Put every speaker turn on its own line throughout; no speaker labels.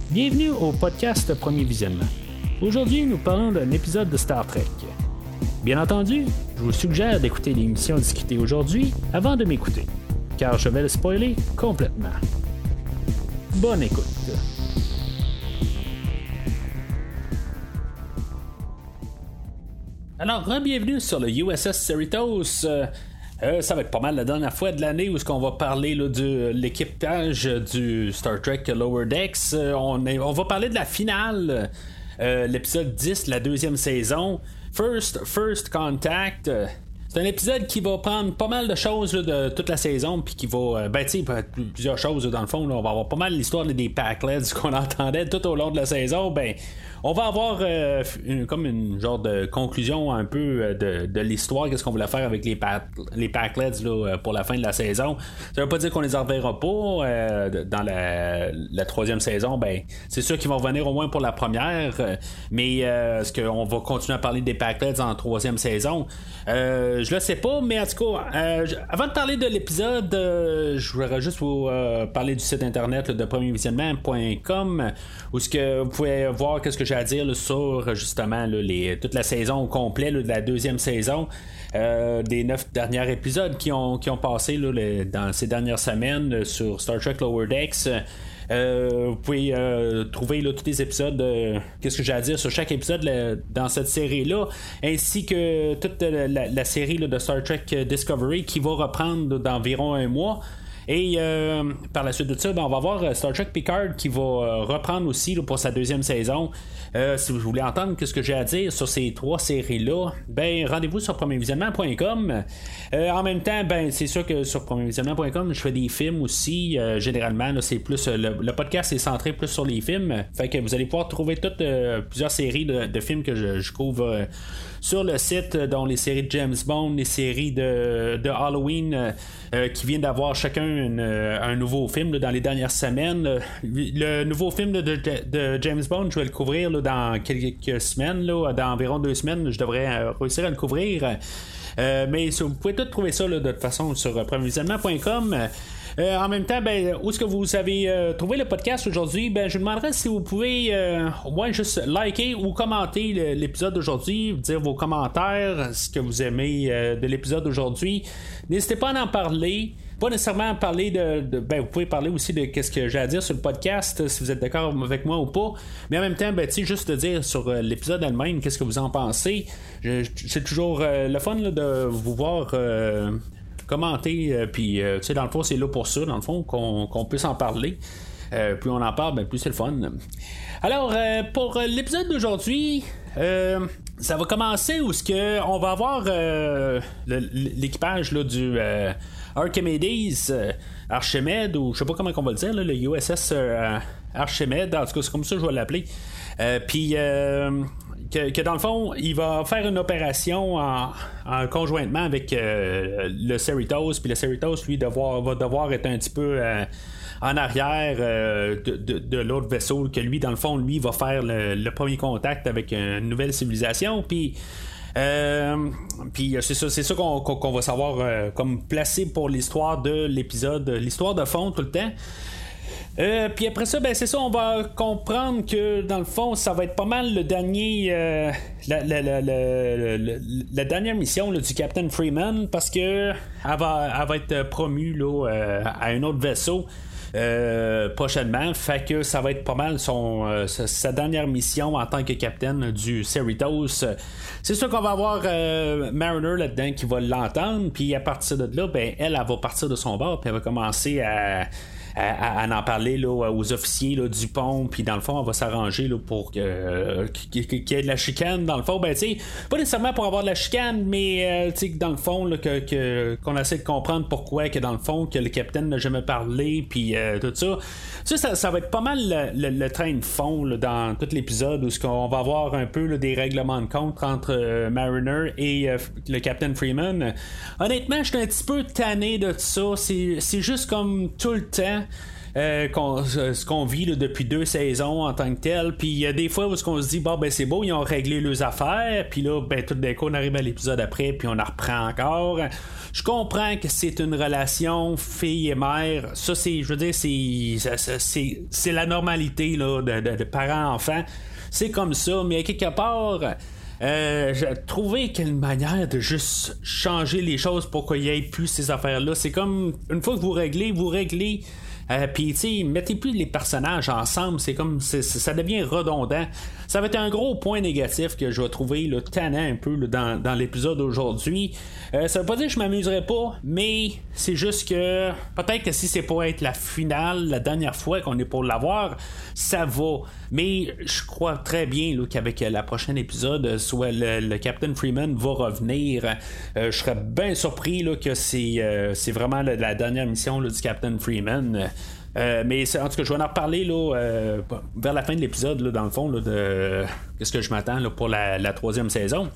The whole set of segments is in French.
Bienvenue au podcast Premier Visionnement. Aujourd'hui, nous parlons d'un épisode de Star Trek. Bien entendu, je vous suggère d'écouter l'émission discutée aujourd'hui avant de m'écouter, car je vais le spoiler complètement. Bonne écoute. Alors, bienvenue sur le USS Cerritos. Ça va être pas mal la dernière fois de l'année où on va parler là, de l'équipage du Star Trek Lower Decks. On va parler de la finale, l'épisode 10 de la deuxième saison, First Contact. C'est un épisode qui va prendre pas mal de choses là, de toute la saison, puis qui va, plusieurs choses dans le fond. Là, on va avoir pas mal l'histoire des Packlets qu'on entendait tout au long de la saison. On va avoir comme une genre de conclusion un peu de l'histoire, qu'est-ce qu'on voulait faire avec les Packlets là, pour la fin de la saison. Ça veut pas dire qu'on les reverra pas dans la troisième saison. C'est sûr qu'ils vont revenir au moins pour la première, mais est-ce qu'on va continuer à parler des Packlets en troisième saison? Je le sais pas, mais en tout cas, avant de parler de l'épisode, je voudrais juste vous parler du site internet là, de premiervisionnement.com, où ce que vous pouvez voir qu'est-ce que j'ai à dire là, sur justement là, toute la saison au complet là, de la deuxième saison, des 9 derniers épisodes qui ont passé là, dans ces dernières semaines sur Star Trek Lower Decks. Vous pouvez trouver là, tous les épisodes, qu'est-ce que j'ai à dire sur chaque épisode dans cette série-là, ainsi que toute la série là, de Star Trek Discovery qui va reprendre d'environ un mois. Et par la suite de ça, on va voir Star Trek Picard qui va reprendre aussi là, pour sa deuxième saison. Si vous voulez entendre ce que j'ai à dire sur ces trois séries-là, rendez-vous sur premiervisionnement.com. En même temps, c'est sûr que sur premiervisionnement.com, je fais des films aussi. Généralement, là, c'est plus le podcast est centré plus sur les films. Fait que vous allez pouvoir trouver toutes plusieurs séries de films que je couvre sur le site, dont les séries de James Bond, les séries de Halloween, qui viennent d'avoir chacun un nouveau film là, dans les dernières semaines. Le nouveau film de James Bond, je vais le couvrir là, dans quelques semaines, là, dans environ 2 semaines, je devrais réussir à le couvrir. Mais vous pouvez tout trouver ça là, de toute façon sur premiervisionnement.com. En même temps, où est-ce que vous avez trouvé le podcast aujourd'hui? Je vous demanderais si vous pouvez au moins juste liker ou commenter l'épisode d'aujourd'hui, dire vos commentaires, ce que vous aimez de l'épisode d'aujourd'hui. N'hésitez pas à en parler. Pas nécessairement parler vous pouvez parler aussi de qu'est-ce que j'ai à dire sur le podcast, si vous êtes d'accord avec moi ou pas, mais en même temps, juste de dire sur l'épisode elle-même, qu'est-ce que vous en pensez. C'est toujours le fun là, de vous voir commenter, puis dans le fond, c'est là pour ça, dans le fond, qu'on puisse en parler. Plus on en parle, plus c'est le fun. Alors, pour l'épisode d'aujourd'hui, ça va commencer où on va avoir l'équipage là, du Archimedes, Archimède, ou je sais pas comment on va le dire, là, le USS Archimède, en tout cas c'est comme ça que je vais l'appeler. Puis que dans le fond, il va faire une opération en conjointement avec le Cerritos, puis le Cerritos, lui, va devoir être un petit peu en arrière de l'autre vaisseau, que lui, dans le fond, lui, va faire le premier contact avec une nouvelle civilisation, puis c'est ça qu'on va savoir comme placé pour l'histoire de l'épisode, l'histoire de fond tout le temps. Puis après ça, c'est ça, on va comprendre que dans le fond, ça va être pas mal le dernier la dernière mission là, du Captain Freeman, parce que elle va être promue là, à un autre vaisseau prochainement, fait que ça va être pas mal sa dernière mission en tant que capitaine du Cerritos. C'est sûr qu'on va avoir Mariner là-dedans qui va l'entendre, puis à partir de là, elle va partir de son bord, puis elle va commencer à en parler là, aux officiers là, du pont, puis dans le fond on va s'arranger là, pour qu'il y ait de la chicane dans le fond, pas nécessairement pour avoir de la chicane, mais dans le fond là, qu'on essaie de comprendre pourquoi que dans le fond que le capitaine n'a jamais parlé, puis tout ça va être pas mal le train de fond là, dans tout l'épisode, où on va avoir un peu là, des règlements de compte entre Mariner et le Captain Freeman. Honnêtement, je suis un petit peu tanné de ça. C'est juste comme tout le temps ce qu'on vit là, depuis 2 saisons en tant que tel. Puis il y a des fois où on se dit bon ben c'est beau, ils ont réglé leurs affaires, puis là ben tout d'un coup on arrive à l'épisode après puis on en reprend encore. Je comprends que c'est une relation fille et mère, ça c'est, je veux dire, c'est la normalité là, de parents-enfants, c'est comme ça, mais quelque part j'ai trouvé qu'une manière de juste changer les choses pour qu'il y ait plus ces affaires-là. C'est comme une fois que vous réglez. Puis, tu sais, mettez plus les personnages ensemble, c'est comme ça devient redondant. Ça va être un gros point négatif que je vais trouver là, tannant un peu là, dans l'épisode d'aujourd'hui. Ça veut pas dire que je m'amuserai pas, mais c'est juste que peut-être que si c'est pour être la finale, la dernière fois qu'on est pour l'avoir, ça va. Mais je crois très bien là, qu'avec la prochaine épisode, soit le Captain Freeman va revenir. Je serais bien surpris là, que c'est vraiment la dernière mission là, du Captain Freeman. Mais en tout cas, je vais en reparler là, vers la fin de l'épisode, là, dans le fond, là, de qu'est-ce que je m'attends là, pour la 3e saison.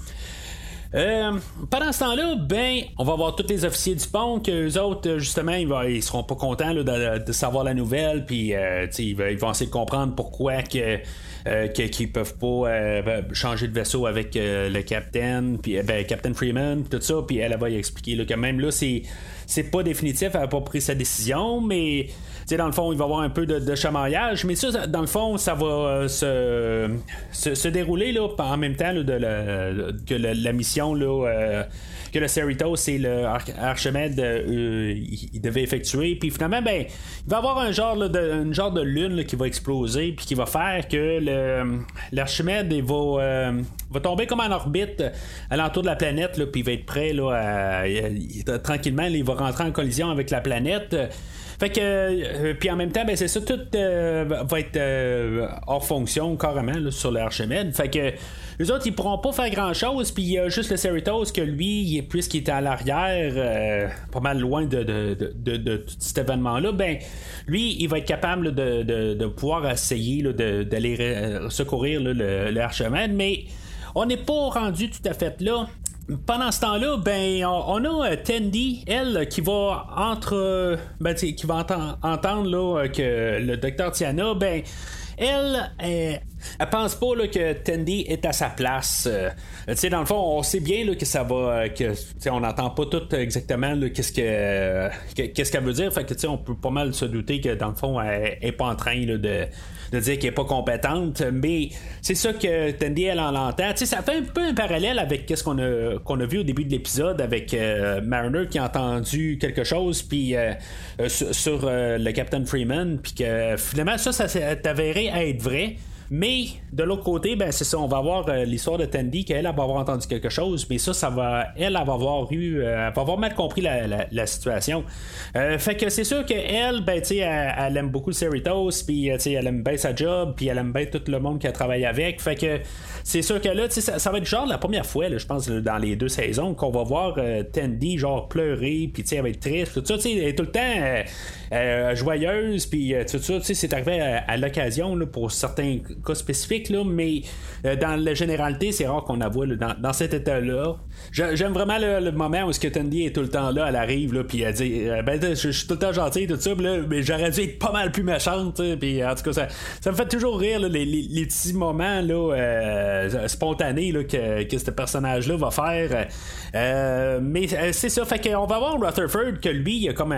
Pendant ce temps-là, ben, on va voir tous les officiers du pont, qu'eux autres, justement, ils seront pas contents là, de savoir la nouvelle, puis ils vont essayer de comprendre pourquoi qu'ils peuvent pas changer de vaisseau avec le capitaine, puis Captain Freeman, tout ça, puis elle va y expliquer là, que même là, c'est pas définitif, elle a pas pris sa décision, mais dans le fond, il va y avoir un peu de chamaillage, mais ça, dans le fond, ça va se dérouler là, en même temps là, que la mission là, que le Cerritos et le Archimède il devait effectuer, puis finalement ben il va y avoir une genre de lune là, qui va exploser, puis qui va faire que l'Archimède il va tomber comme en orbite alentour de la planète, puis il va être prêt là, tranquillement là, il va rentrer en collision avec la planète. Fait que puis en même temps ben c'est ça, tout va être hors fonction carrément là, sur l'Archimède. Fait que les autres ils pourront pas faire grand chose, puis il y a juste le Cerritos que lui puisqu'il est à l'arrière pas mal loin de tout cet événement là, ben lui il va être capable là, de pouvoir essayer là, d'aller secourir là, l'Archimède, mais on n'est pas rendu tout à fait là. Pendant ce temps-là, ben on a Tendi, elle, qui va qui va entendre là, que le docteur Tiana, ben elle pense pas là, que Tendi est à sa place. Dans le fond, on sait bien là, que ça va. On n'entend pas tout exactement là, qu'est-ce qu'elle veut dire. Fait que on peut pas mal se douter que dans le fond, elle est pas en train là, de dire qu'elle est pas compétente. Mais c'est ça que Tendi, elle en entend. Ça fait un peu un parallèle avec ce qu'on a vu au début de l'épisode avec Mariner qui a entendu quelque chose puis sur le Captain Freeman, puis que finalement ça s'est avéré être vrai. Mais de l'autre côté, ben c'est ça, on va avoir l'histoire de Tendi, qu'elle va avoir entendu quelque chose, mais ça va, elle va avoir mal compris la situation. Fait que c'est sûr qu'elle, ben tu sais, elle aime beaucoup le Cerritos, puis tu sais, elle aime bien sa job, puis elle aime bien tout le monde qu'elle travaille avec. Fait que c'est sûr que là, tu sais, ça va être genre la première fois, là, je pense, dans les 2 saisons, qu'on va voir Tendi genre pleurer, puis tu sais, elle va être triste, tout ça, tu sais, elle est tout le temps joyeuse, puis tout ça, tu sais, c'est arrivé à l'occasion là, pour certains cas spécifiques, là, mais dans la généralité, c'est rare qu'on la voit là, dans cet état-là. J'aime vraiment le moment où Tendi est tout le temps là, elle arrive, là, puis elle dit je suis tout le temps gentil, tout ça, là, mais j'aurais dû être pas mal plus méchante, puis en tout cas, ça me fait toujours rire, là, les petits moments là, spontanés là, que ce personnage-là va faire. Mais c'est ça, fait qu'on va voir Rutherford que lui, il a comme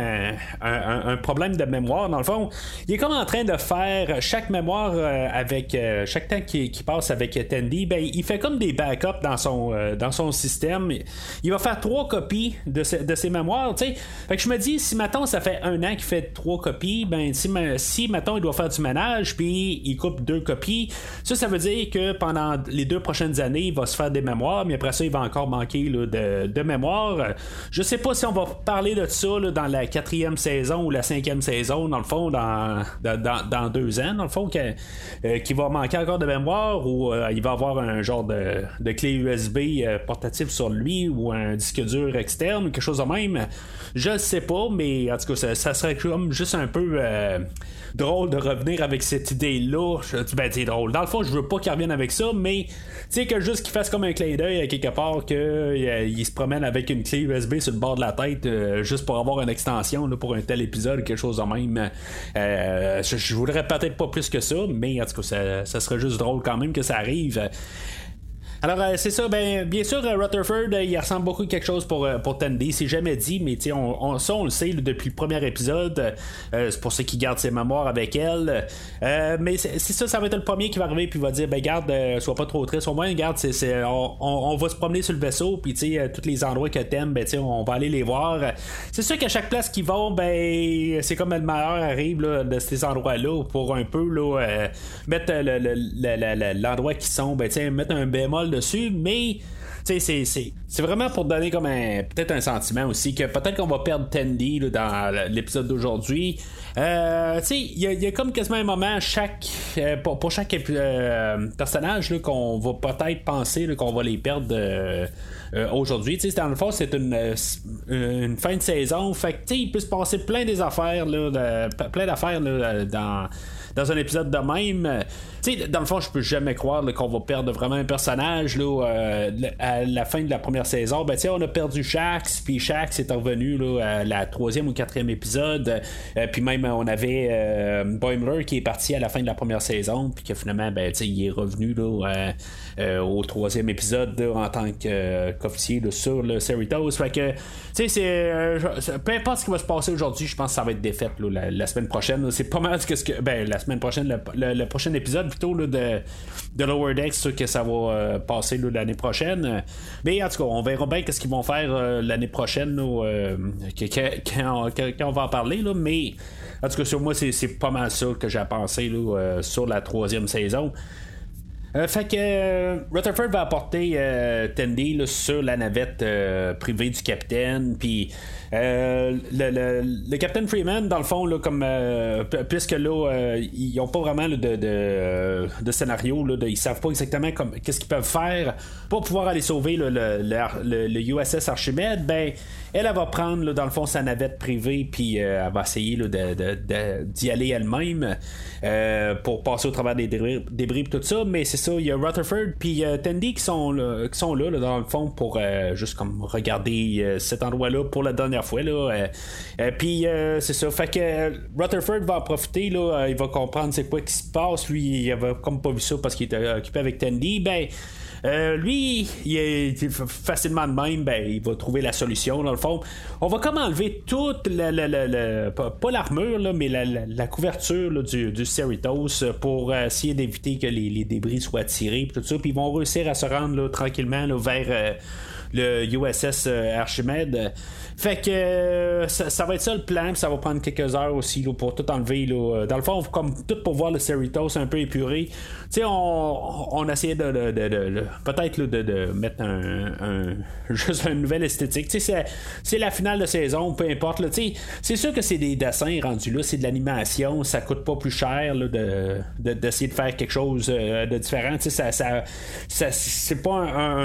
un problème de mémoire, dans le fond. Il est comme en train de faire chaque mémoire avec chaque temps qu'il passe avec Tendi, ben il fait comme des backups dans son système. Il va faire 3 copies de ses mémoires, tu sais. Fait que je me dis, si mettons ça fait 1 an qu'il fait 3 copies, ben si mettons il doit faire du ménage puis il coupe 2 copies, ça veut dire que pendant les 2 prochaines années il va se faire des mémoires, mais après ça il va encore manquer là, de mémoire. Je sais pas si on va parler de ça là, dans la 4e saison ou la 5e saison, dans le fond, dans 2 ans, dans le fond, qui qu'il va manquer encore de mémoire ou il va avoir un genre de clé USB portative sur lui ou un disque dur externe ou quelque chose de même. Je sais pas, mais en tout cas, ça serait comme juste un peu drôle de revenir avec cette idée-là. Je dis, ben, c'est drôle. Dans le fond, je veux pas qu'il revienne avec ça, mais tu sais, que juste qu'il fasse comme un clin d'œil à quelque part, qu'il se promène avec une clé USB sur le bord de la tête, juste pour avoir une extension là, pour un tel épisode, quelque chose de même. Je voudrais peut-être pas plus que ça, mais en tout cas, ça serait juste drôle quand même que ça arrive. Alors, c'est ça, bien sûr, Rutherford, il ressemble beaucoup à quelque chose pour Tandy, c'est jamais dit, mais on le sait là, depuis le premier épisode, c'est pour ça qu'il garde ses mémoires avec elle. Mais c'est ça va être le premier qui va arriver, puis il va dire, garde, sois pas trop triste, au moins, garde, on va se promener sur le vaisseau, puis tous les endroits que t'aimes, on va aller les voir. C'est sûr qu'à chaque place qu'ils vont, c'est comme le malheur arrive là, de ces endroits-là, pour un peu là, mettre l'endroit qu'ils sont, mettre un bémol dessus, mais c'est vraiment pour donner comme peut-être un sentiment aussi que peut-être qu'on va perdre Tandy là, dans l'épisode d'aujourd'hui. Il y a comme quasiment un moment pour chaque personnage là, qu'on va peut-être penser là, qu'on va les perdre aujourd'hui. Dans le fond, c'est une fin de saison, fait que il peut se passer plein des affaires là, plein d'affaires là, dans un épisode de même. Dans le fond, je peux jamais croire là, qu'on va perdre vraiment un personnage là, à la fin de la première saison. On a perdu Shax, puis Shax est revenu là, à la 3e ou 4e épisode. Puis même on avait Boimler qui est parti à la fin de la première saison, puis que finalement il est revenu là, au 3e épisode là, en tant qu'officier là, sur le Cerritos. Fait que peu importe ce qui va se passer aujourd'hui, je pense que ça va être défaite là, la semaine prochaine là. C'est pas mal la semaine prochaine, le prochain épisode plutôt là, de Lower Decks que ça va passer là, l'année prochaine. Mais en tout cas, on verra bien qu'est-ce qu'ils vont faire l'année prochaine là, quand on va en parler là. Mais en tout cas, sur moi, c'est pas mal ça que j'ai pensé là, sur la 3e saison. Fait que Rutherford va apporter Tandy là, sur la navette privée du capitaine, puis le Captain Freeman, dans le fond, là, comme puisque là, ils n'ont pas vraiment là, de scénario, là, ils savent pas exactement qu'est-ce qu'ils peuvent faire pour pouvoir aller sauver là, le USS Archimède, elle va prendre là, dans le fond sa navette privée, puis elle va essayer là, d'y aller elle-même pour passer au travers des débris tout ça. Mais c'est ça, il y a Rutherford puis Tandy qui sont là, dans le fond pour juste comme regarder cet endroit-là pour la dernière fois là. Puis c'est ça, fait que Rutherford va en profiter là, il va comprendre c'est quoi qui se passe. Lui, il avait comme pas vu ça parce qu'il était occupé avec Tandy. Lui, il est facilement de même, il va trouver la solution dans le fond. On va comme enlever toute pas l'armure là, mais la couverture là, du Cerritos pour essayer d'éviter que les débris soient tirés, tout ça. Puis ils vont réussir à se rendre là, tranquillement là, vers le USS Archimède. Fait que ça va être ça le plan, puis ça va prendre quelques heures aussi là, pour tout enlever là. Dans le fond, comme tout pour voir le Cerritos un peu épuré. On essayait de peut-être là, de mettre juste une nouvelle esthétique. C'est la finale de saison, peu importe là, c'est sûr que c'est des dessins rendus là, c'est de l'animation, ça coûte pas plus cher là, d'essayer de faire quelque chose de différent. C'est pas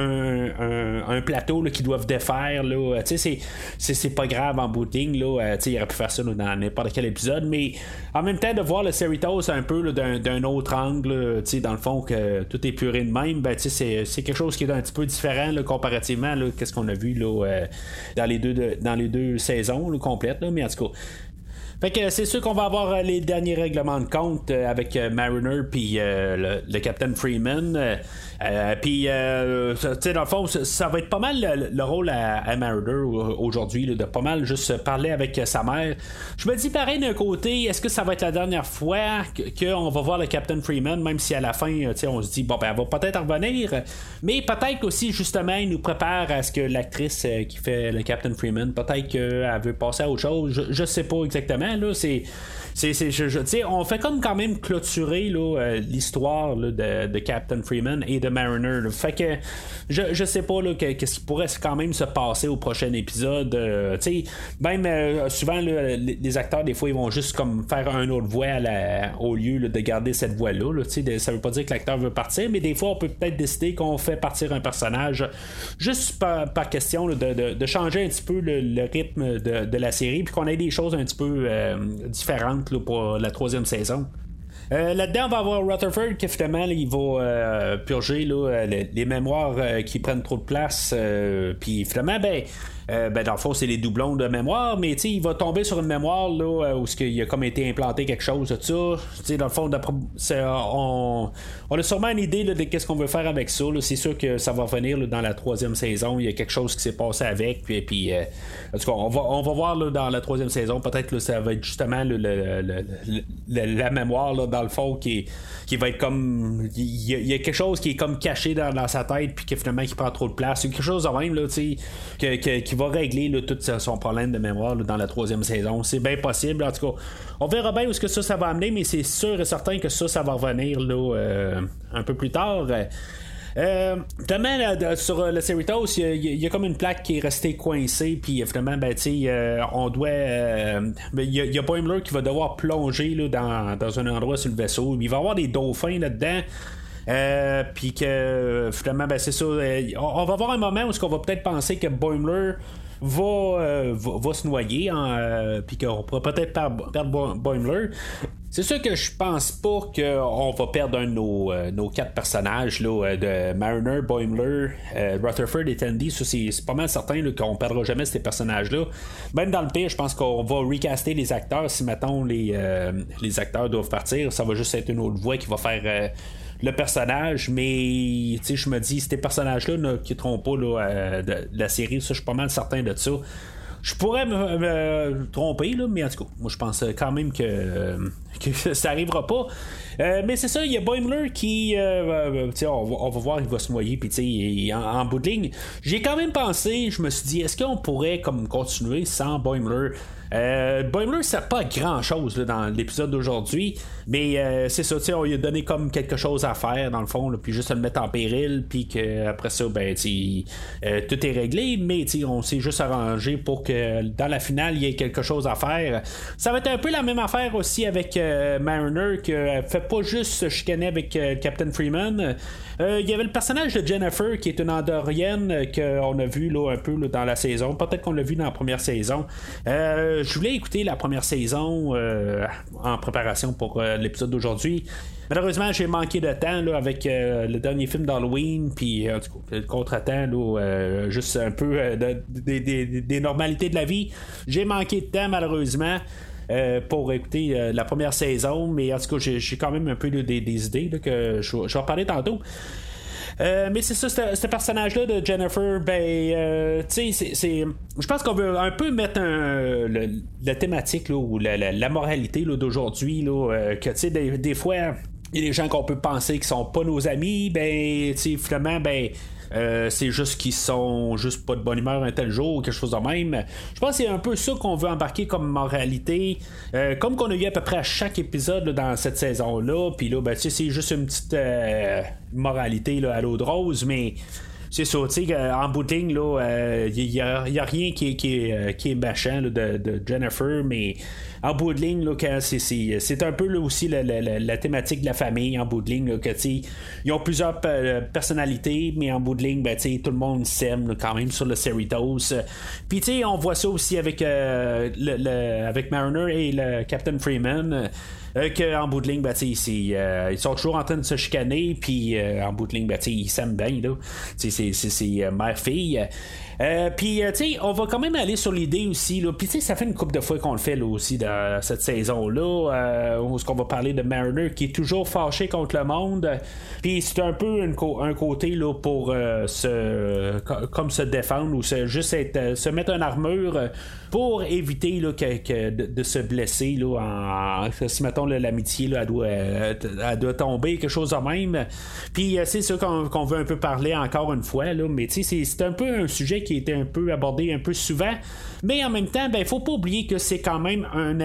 un plateau là, qu'ils doivent défaire là. C'est pas grave en bout de ligne là. Il aurait pu faire ça là, dans n'importe quel épisode, mais en même temps de voir le Cerritos un peu là, d'un autre angle là, dans le fond que tout est puré de même, c'est quelque chose qui est un petit peu différent là, comparativement là, qu'est-ce qu'on a vu là, dans les deux saisons là, complètes là, mais en tout cas. Fait que c'est sûr qu'on va avoir les derniers règlements de compte avec Mariner puis le Captain Freeman. Puis dans le fond, ça va être pas mal le rôle à Mariner aujourd'hui, là, de pas mal juste parler avec sa mère. Je me dis pareil d'un côté, est-ce que ça va être la dernière fois qu'on va voir le Captain Freeman, même si à la fin on se dit elle va peut-être revenir, mais peut-être aussi justement il nous prépare à ce que l'actrice qui fait le Captain Freeman, peut-être qu'elle veut passer à autre chose, je sais pas exactement, justement, là, on fait comme quand même clôturer là, l'histoire là, de Captain Freeman et de Mariner. Là. Fait que je sais pas là, qu'est-ce qui pourrait quand même se passer au prochain épisode. Même souvent là, les acteurs des fois ils vont juste comme faire un autre voix au lieu là, de garder cette voix-là. Là, ça veut pas dire que l'acteur veut partir, mais des fois on peut peut-être décider qu'on fait partir un personnage juste par question là, de changer un petit peu le rythme de la série, puis qu'on ait des choses un petit peu différentes là, pour la 3e saison. Là-dedans, on va avoir Rutherford qui finalement il va purger là, les mémoires qui prennent trop de place. Puis finalement, dans le fond, c'est les doublons de mémoire, mais il va tomber sur une mémoire là, où il a comme été implanté quelque chose de ça. Dans le fond, on a sûrement une idée là, de qu'est-ce qu'on veut faire avec ça. Là. C'est sûr que ça va revenir là, dans la 3e saison. Il y a quelque chose qui s'est passé avec. Puis en tout cas, on va voir là, dans la 3e saison, peut-être là, ça va être justement la mémoire là, dans le fond qui va être comme il y a quelque chose qui est comme caché dans sa tête puis qui finalement qui prend trop de place. Il y a quelque chose de même là, qui va régler là, tout son problème de mémoire là, dans la 3e saison. C'est bien possible. En tout cas, on verra bien où est-ce que ça va amener, mais c'est sûr et certain que ça va revenir là, un peu plus tard. Finalement, sur le Cerritos, il y a comme une plaque qui est restée coincée, puis finalement, on doit. Il y a Boimler qui va devoir plonger là, dans un endroit sur le vaisseau. Il va y avoir des dauphins là-dedans. Puis que finalement, c'est ça. On va avoir un moment où on va peut-être penser que Boimler va se noyer, puis qu'on pourra peut-être perdre Boimler. C'est sûr que je pense pas qu'on va perdre un de nos 4 personnages là, de Mariner, Boimler, Rutherford et Tandy. Ça, c'est pas mal certain là, qu'on perdra jamais ces personnages-là. Même dans le pire, je pense qu'on va recaster les acteurs. Si mettons les acteurs doivent partir, ça va juste être une autre voix qui va faire le personnage, mais je me dis, ces personnages-là ne quitteront pas là, de la série. Ça, je suis pas mal certain de ça. Je pourrais me tromper, là, mais en tout cas, moi je pense quand même que ça arrivera pas. Mais c'est ça, il y a Boimler qui on va voir, il va se noyer, puis en bout de ligne, j'ai quand même pensé, je me suis dit, est-ce qu'on pourrait comme continuer sans Boimler? Boimler sert pas à grand chose là, dans l'épisode d'aujourd'hui, mais c'est ça, on lui a donné comme quelque chose à faire dans le fond, là, puis juste à le mettre en péril, puis qu'après ça, tout est réglé, mais on s'est juste arrangé pour que dans la finale il y ait quelque chose à faire. Ça va être un peu la même affaire aussi avec Mariner, qui fait pas juste se chicaner avec Captain Freeman. Il y avait le personnage de Jennifer qui est une Andorienne qu'on a vu là, un peu là, dans la saison. Peut-être qu'on l'a vu dans la première saison. Je voulais écouter la première saison en préparation pour l'épisode d'aujourd'hui. Malheureusement, j'ai manqué de temps là, avec le dernier film d'Halloween, puis en tout cas, le contre-temps, là, juste un peu des normalités de la vie. J'ai manqué de temps, malheureusement. Pour écouter la première saison, mais en tout cas j'ai quand même un peu des idées là, que je vais en parler tantôt. Mais c'est ça, ce personnage-là de Jennifer, je pense qu'on veut un peu mettre la thématique là, ou la moralité là, d'aujourd'hui, là, que tu sais, des fois, il y a des gens qu'on peut penser qui sont pas nos amis, finalement, c'est juste qu'ils sont juste pas de bonne humeur un tel jour ou quelque chose de même. Je pense que c'est un peu ça qu'on veut embarquer comme moralité, comme qu'on a eu à peu près à chaque épisode là, dans cette saison-là. Puis là, c'est juste une petite moralité là, à l'eau de rose, mais c'est ça, tu sais, en bout de ligne, il n'y a rien qui est méchant là, de Jennifer, mais en bout de ligne, là, c'est un peu là, aussi la thématique de la famille, en bout de ligne, là, que ils ont plusieurs personnalités, mais en bout de ligne, tout le monde s'aime là, quand même sur le Cerritos. Puis on voit ça aussi avec avec Mariner et le Captain Freeman. Qu'en bout de ligne, ils sont toujours en train de se chicaner, puis en bout de ligne, ils s'aiment bien, là. C'est mère-fille. Puis, on va quand même aller sur l'idée aussi, là. Puis, ça fait une couple de fois qu'on le fait, là, aussi, dans cette saison-là, où on va parler de Mariner qui est toujours fâché contre le monde. Puis, c'est un peu un côté, là, pour se défendre ou se mettre une armure pour éviter, là, de se blesser, là, si, mettons, l'amitié, là, elle doit tomber, quelque chose de même. Puis, c'est ça qu'on veut un peu parler encore une fois, là. Mais, c'est un peu un sujet qui qui a été un peu abordé un peu souvent. Mais en même temps, il faut pas oublier que c'est quand même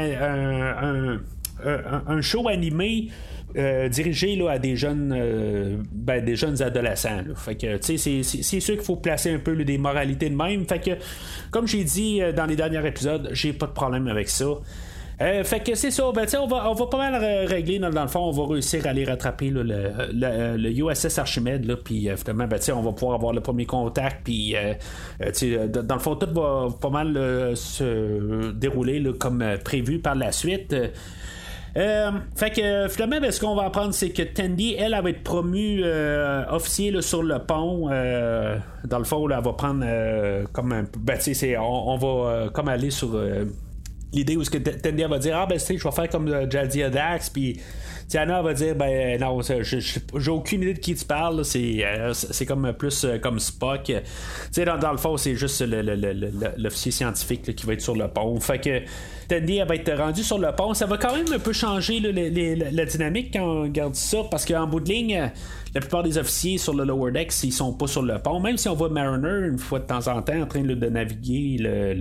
un show animé dirigé là, à des jeunes adolescents. Là. Fait que c'est sûr qu'il faut placer un peu là, des moralités de même. Fait que comme j'ai dit dans les derniers épisodes, j'ai pas de problème avec ça. Fait que c'est ça, on va pas mal régler dans le fond, on va réussir à aller rattraper là, le USS Archimède, là, puis finalement on va pouvoir avoir le premier contact, puis dans le fond tout va pas mal se dérouler là, comme prévu par la suite. Fait que finalement, ce qu'on va apprendre, c'est que Tandy, elle va être promue officier là, sur le pont. Dans le fond, là, elle va prendre comme un peu. On va comme aller sur l'idée où ce que Tandy va dire je vais faire comme Jadzia Dax, puis Tiana va dire non, j'ai aucune idée de qui tu parles, c'est comme plus comme Spock. Dans le fond, c'est juste l'officier scientifique là, qui va être sur le pont. Fait que Tandy elle va être rendue sur le pont. Ça va quand même un peu changer là, la dynamique quand on regarde ça, parce qu'en bout de ligne, la plupart des officiers sur le Lower Decks, ils sont pas sur le pont, même si on voit Mariner une fois de temps en temps en train de naviguer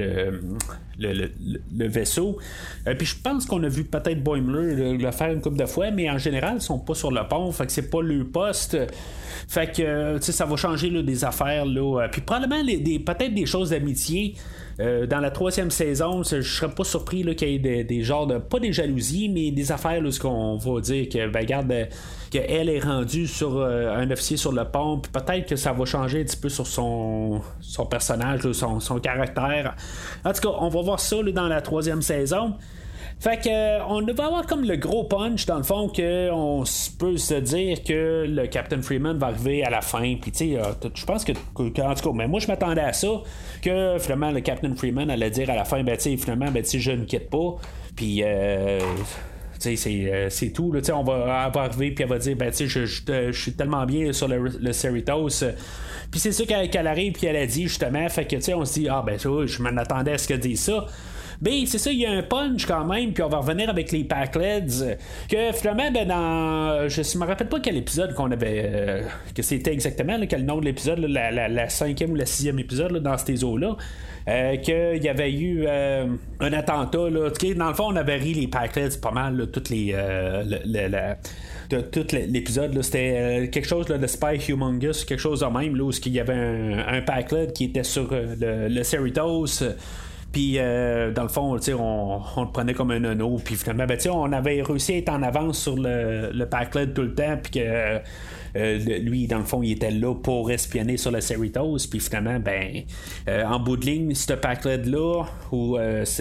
le vaisseau. Puis je pense qu'on a vu peut-être Boimler le faire une couple de fois, mais en général ils sont pas sur le pont, fait que c'est pas le poste. Fait que ça va changer là, des affaires là. Puis probablement peut-être des choses d'amitié. Dans la 3e saison, je serais pas surpris là, qu'il y ait des genres de, pas des jalousies, mais des affaires là, ce qu'on va dire que regarde qu'elle est rendue sur un officier sur le pont, puis peut-être que ça va changer un petit peu sur son personnage là, son caractère. En tout cas, on va voir ça là, dans la 3e saison. Fait que on va avoir comme le gros punch dans le fond que on peut se dire que le Captain Freeman va arriver à la fin, puis tu sais je pense que en tout cas mais moi je m'attendais à ça, que finalement le Captain Freeman allait dire à la fin finalement je ne quitte pas, puis c'est tout là, on va arriver puis elle va dire je suis tellement bien sur le Cerritos. Puis c'est ça qu'elle arrive puis elle a dit justement, fait que on se dit je m'en attendais à ce qu'elle dise ça. Ben, c'est ça, il y a un punch quand même, puis on va revenir avec les Pakleds. Que finalement, dans. Je me rappelle pas quel épisode qu'on avait. Que c'était exactement, là, quel nom de l'épisode, là, la 5e ou la 6e épisode là, dans ces eaux-là. Qu'il y avait eu un attentat. Là, dans le fond, on avait ri les Pakleds pas mal, là, toutes les. De tout l'épisode, là, c'était quelque chose là, de Spy Humongous, quelque chose de même, là, où il y avait un Pakled qui était sur le Cerritos. Puis, dans le fond, on le prenait comme un anneau. Puis, finalement, on avait réussi à être en avance sur le Pakled tout le temps. Puis que lui, dans le fond, il était là pour espionner sur le Cerritos. Puis, finalement, en bout de ligne, ce Pakled-là, ou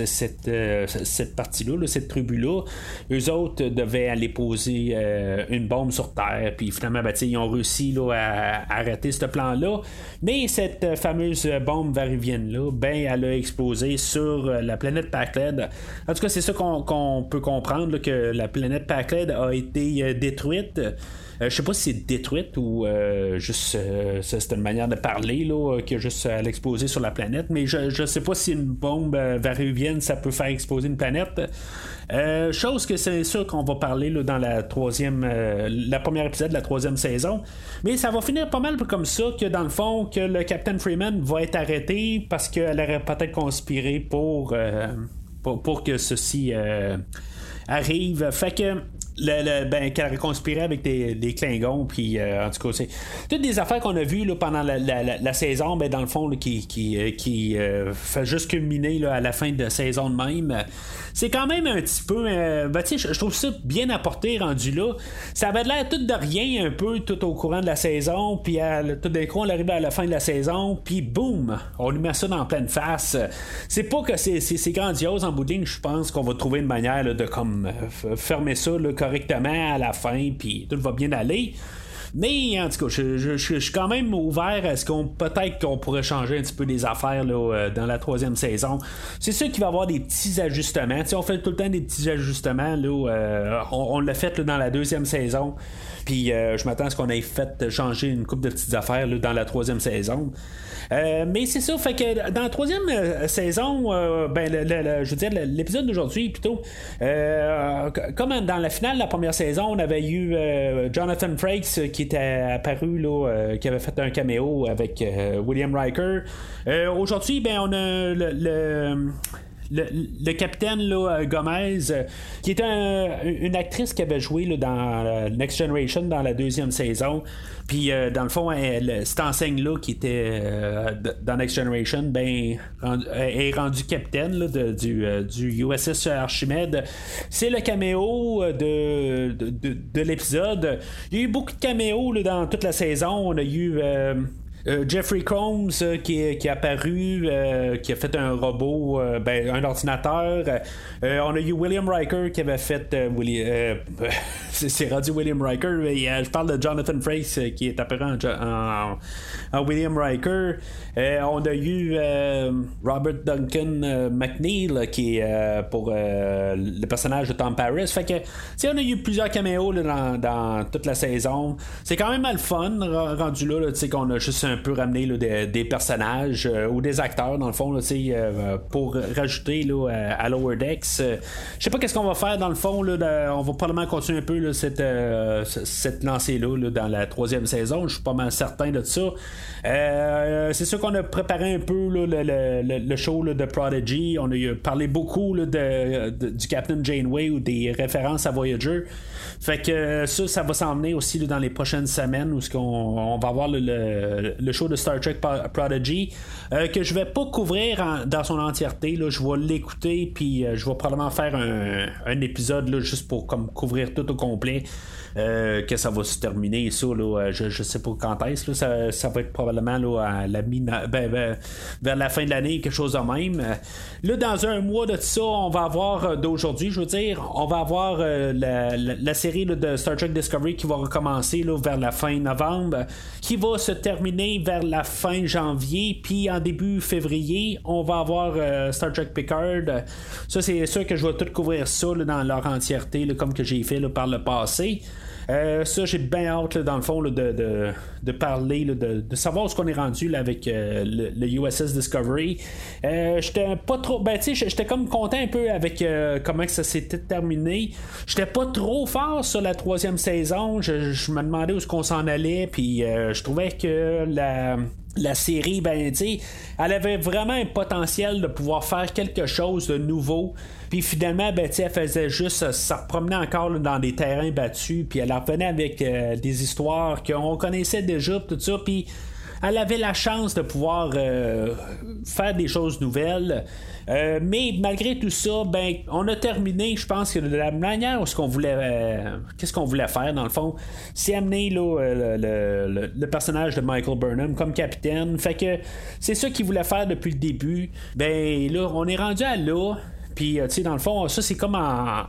cette partie-là, là, cette tribu-là, eux autres devaient aller poser une bombe sur Terre. Puis, finalement, ils ont réussi là, à arrêter ce plan-là. Mais cette fameuse bombe varivienne-là, elle a explosé sur la planète Pakled. En tout cas, c'est ça qu'on peut comprendre, là, que la planète Pakled a été détruite. Je sais pas si c'est détruite ou juste c'est une manière de parler là, que juste à l'exploser sur la planète, mais je sais pas si une bombe varivienne ça peut faire exploser une planète. Chose que c'est sûr qu'on va parler là, dans la première épisode de la 3e saison, mais ça va finir pas mal comme ça, que dans le fond que le Captain Freeman va être arrêté parce qu'elle aurait peut-être conspiré pour que ceci arrive. Fait que qu'elle aurait conspiré avec des Klingons, puis en tout cas c'est toutes des affaires qu'on a vues là, pendant la saison, dans le fond là, qui fait juste culminer là, à la fin de saison de même. C'est quand même un petit peu je trouve ça bien apporté rendu là. Ça avait l'air tout de rien un peu tout au courant de la saison, puis tout d'un coup on arrive à la fin de la saison, puis boum, on lui met ça dans pleine face. C'est pas que c'est grandiose en bout de ligne. Je pense qu'on va trouver une manière là, de comme fermer ça là, correctement à la fin, puis tout va bien aller. Mais en tout cas, je suis quand même ouvert à ce peut-être qu'on pourrait changer un petit peu des affaires là, dans la 3e saison. C'est sûr qu'il va y avoir des petits ajustements. On fait tout le temps des petits ajustements. Là, on l'a fait là, dans la 2e saison. Puis je m'attends à ce qu'on ait fait changer une couple de petites affaires là, dans la 3e saison. Mais c'est ça, fait que dans la 3e saison, je veux dire, l'épisode d'aujourd'hui plutôt, comme dans la finale de la première saison, on avait eu Jonathan Frakes qui qui était apparu, là, qui avait fait un caméo avec William Riker. Aujourd'hui, ben, on a le capitaine là, Gomez, qui était une actrice qui avait joué là, dans Next Generation dans la deuxième saison. Puis dans le fond, cette enseigne-là qui était dans Next Generation, ben, est rendue capitaine là, du USS Archimède. C'est le caméo de l'épisode. Il y a eu beaucoup de caméos là, dans toute la saison. On a eu Jeffrey Combs qui est apparu, qui a fait un robot, un ordinateur. On a eu William Riker qui avait fait c'est rendu William Riker, mais je parle de Jonathan Frakes qui est apparu en William Riker. On a eu Robert Duncan McNeil qui est pour le personnage de Tom Paris. Fait que on a eu plusieurs caméos là, dans toute la saison. C'est quand même mal fun rendu là, qu'on a juste un peu ramené là, des personnages ou des acteurs dans le fond là, pour rajouter là, à Lower Decks. Je sais pas qu'est-ce qu'on va faire dans le fond là, on va probablement continuer un peu là, cette lancée là, dans la 3e saison. Je suis pas mal certain de ça. C'est sûr qu'on a préparé un peu là, le show là, de Prodigy. On a parlé beaucoup là, du Captain Janeway ou des références à Voyager. Fait que ça va s'emmener aussi là, dans les prochaines semaines où on va avoir le show de Star Trek Prodigy que je vais pas couvrir dans son entièreté là. Je vais l'écouter puis je vais probablement faire un épisode là, juste pour comme couvrir tout au complet. Que ça va se terminer ça là, je sais pas quand est-ce là, ça va être probablement là, à la vers la fin de l'année, quelque chose de même. Là dans un mois de ça on va avoir d'aujourd'hui, je veux dire, on va avoir la série là, de Star Trek Discovery qui va recommencer là, vers la fin novembre, qui va se terminer vers la fin janvier, puis en début février on va avoir Star Trek Picard. Ça c'est sûr que je vais tout couvrir ça là, dans leur entièreté là, comme que j'ai fait là, par le passé. Ça j'ai bien hâte là, dans le fond là, de parler là, de savoir où ce qu'on est rendu là, avec le USS Discovery. J'étais pas trop j'étais comme content un peu avec comment que ça s'était terminé. J'étais pas trop fort sur la 3e saison. Je me demandais où est-ce qu'on s'en allait, puis je trouvais que la série, elle avait vraiment un potentiel de pouvoir faire quelque chose de nouveau. Puis finalement, elle faisait juste ça repromenait encore là, dans des terrains battus, puis elle revenait avec des histoires qu'on connaissait déjà, tout ça, puis elle avait la chance de pouvoir faire des choses nouvelles. Mais malgré tout ça, on a terminé, je pense que de la manière où qu'est-ce qu'on voulait faire dans le fond, c'est amener là, le personnage de Michael Burnham comme capitaine. Fait que c'est ça qu'il voulait faire depuis le début. Là, on est rendu à là. Puis, tu sais, dans le fond, ça c'est comme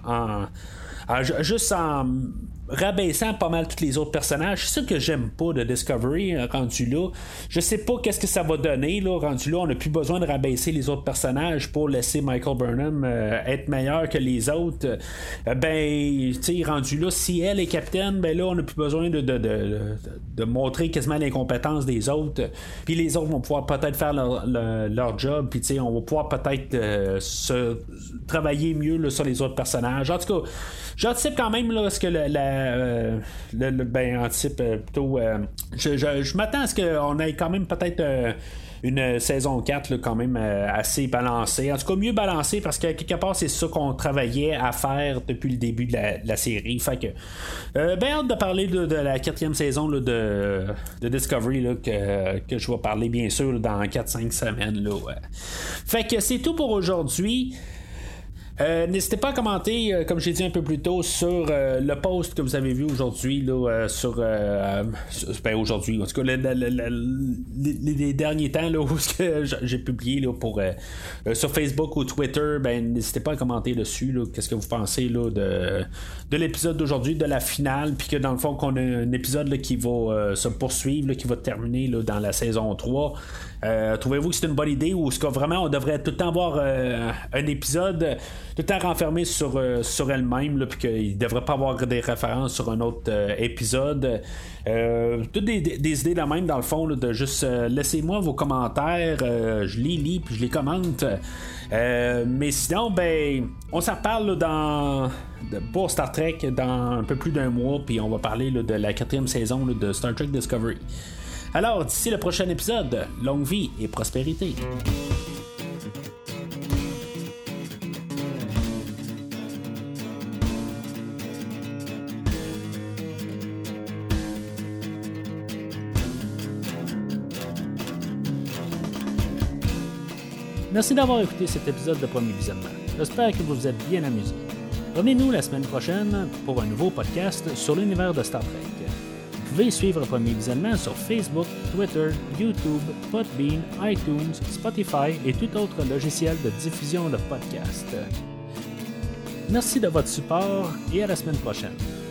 juste en rabaissant pas mal tous les autres personnages. C'est ça que j'aime pas de Discovery rendu là. Je sais pas qu'est-ce que ça va donner là, rendu là. On n'a plus besoin de rabaisser les autres personnages pour laisser Michael Burnham être meilleur que les autres. Tu sais, rendu là, si elle est capitaine, là on n'a plus besoin de montrer quasiment l'incompétence des autres. Puis les autres vont pouvoir peut-être faire leur job. Puis tu sais, on va pouvoir peut-être se travailler mieux là, sur les autres personnages. En tout cas, j'anticipe quand même là, ce que anticipe plutôt. Je m'attends à ce qu'on ait quand même peut-être une saison 4 là, quand même assez balancée. En tout cas, mieux balancée parce que quelque part, c'est ça qu'on travaillait à faire depuis le début de la série. Fait que hâte de parler de la 4e saison là, de Discovery là, que je vais parler bien sûr là, dans 4-5 semaines. Là, ouais. Fait que c'est tout pour aujourd'hui. N'hésitez pas à commenter, comme j'ai dit un peu plus tôt, sur le post que vous avez vu aujourd'hui là, sur aujourd'hui, en tout cas les derniers temps là, où j'ai publié là, pour sur Facebook ou Twitter. N'hésitez pas à commenter dessus là, qu'est-ce que vous pensez là, de l'épisode d'aujourd'hui, de la finale, puis que dans le fond qu'on a un épisode là, qui va se poursuivre là, qui va terminer là, dans la saison 3. Trouvez-vous que c'est une bonne idée ou est-ce que vraiment on devrait tout le temps avoir un épisode tout le temps renfermée sur elle-même, puis qu'il ne devrait pas avoir des références sur un autre épisode. Toutes des idées de même, dans le fond, là, de juste laissez-moi vos commentaires, je les lis, puis je les commente. Mais sinon, ben, on s'en reparle pour Star Trek dans un peu plus d'un mois, puis on va parler là, de la 4e saison là, de Star Trek Discovery. Alors, d'ici le prochain épisode, longue vie et prospérité. Merci d'avoir écouté cet épisode de Premier Visionnement. J'espère que vous vous êtes bien amusés. Revenez-nous la semaine prochaine pour un nouveau podcast sur l'univers de Star Trek. Vous pouvez suivre Premier Visionnement sur Facebook, Twitter, YouTube, Podbean, iTunes, Spotify et tout autre logiciel de diffusion de podcasts. Merci de votre support et à la semaine prochaine.